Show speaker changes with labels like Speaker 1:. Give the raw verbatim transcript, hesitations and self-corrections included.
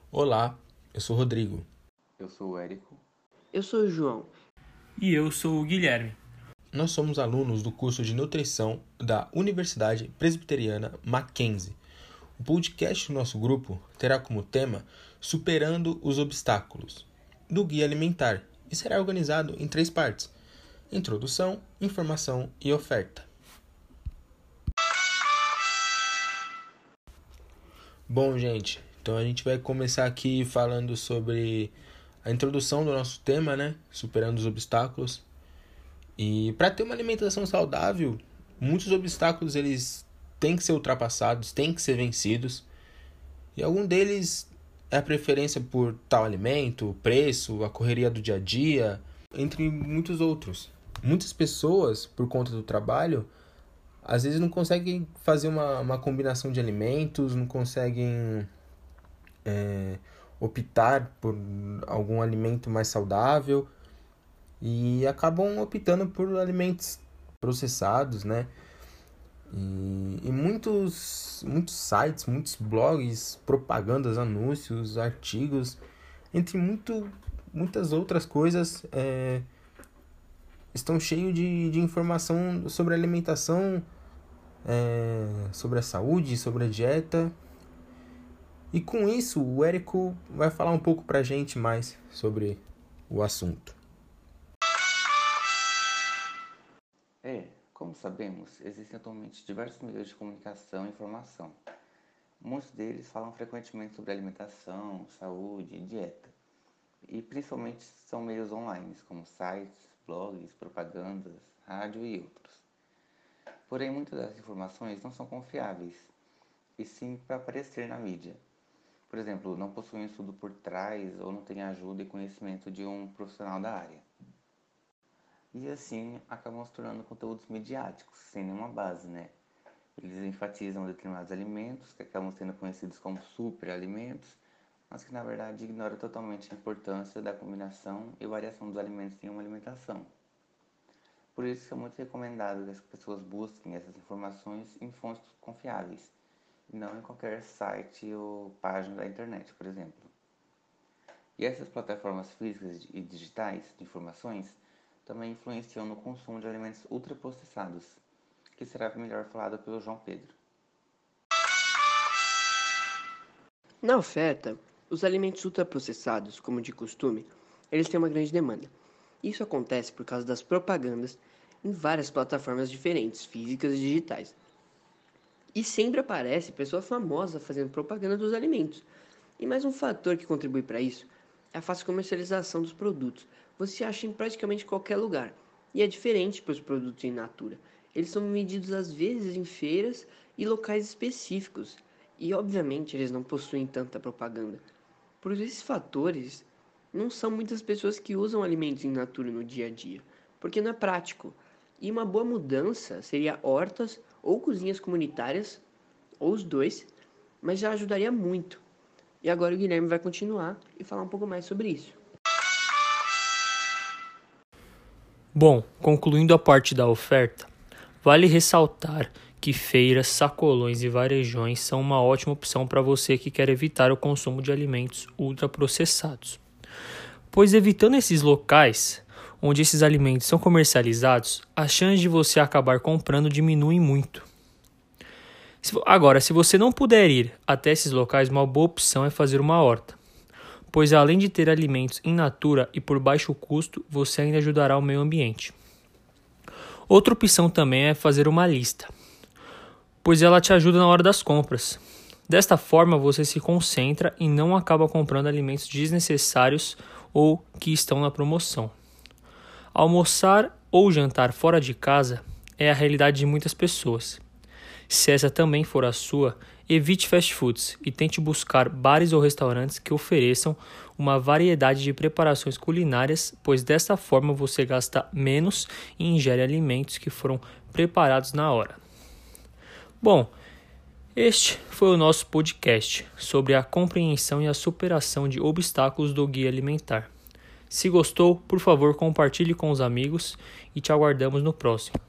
Speaker 1: Olá, eu sou o Rodrigo.
Speaker 2: Eu sou o Érico.
Speaker 3: Eu sou o João.
Speaker 4: E eu sou o Guilherme.
Speaker 1: Nós somos alunos do curso de Nutrição da Universidade Presbiteriana Mackenzie. O podcast do nosso grupo terá como tema Superando os Obstáculos, do Guia Alimentar, e será organizado em três partes: Introdução, Informação e Oferta. Bom, gente, então a gente vai começar aqui falando sobre a introdução do nosso tema, né? Superando os obstáculos. E para ter uma alimentação saudável, muitos obstáculos eles têm que ser ultrapassados, têm que ser vencidos. E algum deles é a preferência por tal alimento, o preço, a correria do dia a dia, entre muitos outros. Muitas pessoas, por conta do trabalho, às vezes não conseguem fazer uma, uma combinação de alimentos, não conseguem é, optar por algum alimento mais saudável e acabam optando por alimentos processados, né? E, e muitos, muitos sites, muitos blogs, propagandas, anúncios, artigos, entre muito, muitas outras coisas, é, estão cheios de, de informação sobre alimentação, é, sobre a saúde, sobre a dieta. E com isso, o Érico vai falar um pouco pra gente mais sobre o assunto.
Speaker 2: É, como sabemos, existem atualmente diversos meios de comunicação e informação. Muitos deles falam frequentemente sobre alimentação, saúde e dieta. E principalmente são meios online, como sites, blogs, propagandas, rádio e outros. Porém, muitas das informações não são confiáveis, e sim para aparecer na mídia. Por exemplo, não possuem estudo por trás ou não têm ajuda e conhecimento de um profissional da área. E assim acabam se tornando conteúdos midiáticos, sem nenhuma base, né? Eles enfatizam determinados alimentos que acabam sendo conhecidos como superalimentos, mas que na verdade ignoram totalmente a importância da combinação e variação dos alimentos em uma alimentação. Por isso é muito recomendado que as pessoas busquem essas informações em fontes confiáveis, e não em qualquer site ou página da internet, por exemplo. E essas plataformas físicas e digitais de informações também influenciam no consumo de alimentos ultraprocessados, que será melhor falado pelo João Pedro.
Speaker 3: Na oferta, os alimentos ultraprocessados, como de costume, eles têm uma grande demanda. Isso acontece por causa das propagandas em várias plataformas diferentes, físicas e digitais. E sempre aparece pessoa famosa fazendo propaganda dos alimentos. E mais um fator que contribui para isso é a fácil comercialização dos produtos. Você acha em praticamente qualquer lugar. E é diferente para os produtos in natura. Eles são vendidos às vezes em feiras e locais específicos. E obviamente eles não possuem tanta propaganda. Por esses fatores, não são muitas pessoas que usam alimentos in natura no dia a dia, porque não é prático. E uma boa mudança seria hortas ou cozinhas comunitárias, ou os dois, mas já ajudaria muito. E agora o Guilherme vai continuar e falar um pouco mais sobre isso.
Speaker 4: Bom, concluindo a parte da oferta, vale ressaltar que feiras, sacolões e varejões são uma ótima opção para você que quer evitar o consumo de alimentos ultraprocessados. Pois evitando esses locais onde esses alimentos são comercializados, as chances de você acabar comprando diminuem muito. Agora, se você não puder ir até esses locais, uma boa opção é fazer uma horta, pois além de ter alimentos in natura e por baixo custo, você ainda ajudará o meio ambiente. Outra opção também é fazer uma lista, pois ela te ajuda na hora das compras. Desta forma, você se concentra e não acaba comprando alimentos desnecessários ou que estão na promoção. Almoçar ou jantar fora de casa é a realidade de muitas pessoas. Se essa também for a sua, evite fast foods e tente buscar bares ou restaurantes que ofereçam uma variedade de preparações culinárias, pois dessa forma você gasta menos e ingere alimentos que foram preparados na hora. Bom, este foi o nosso podcast sobre a compreensão e a superação de obstáculos do Guia Alimentar. Se gostou, por favor, compartilhe com os amigos e te aguardamos no próximo.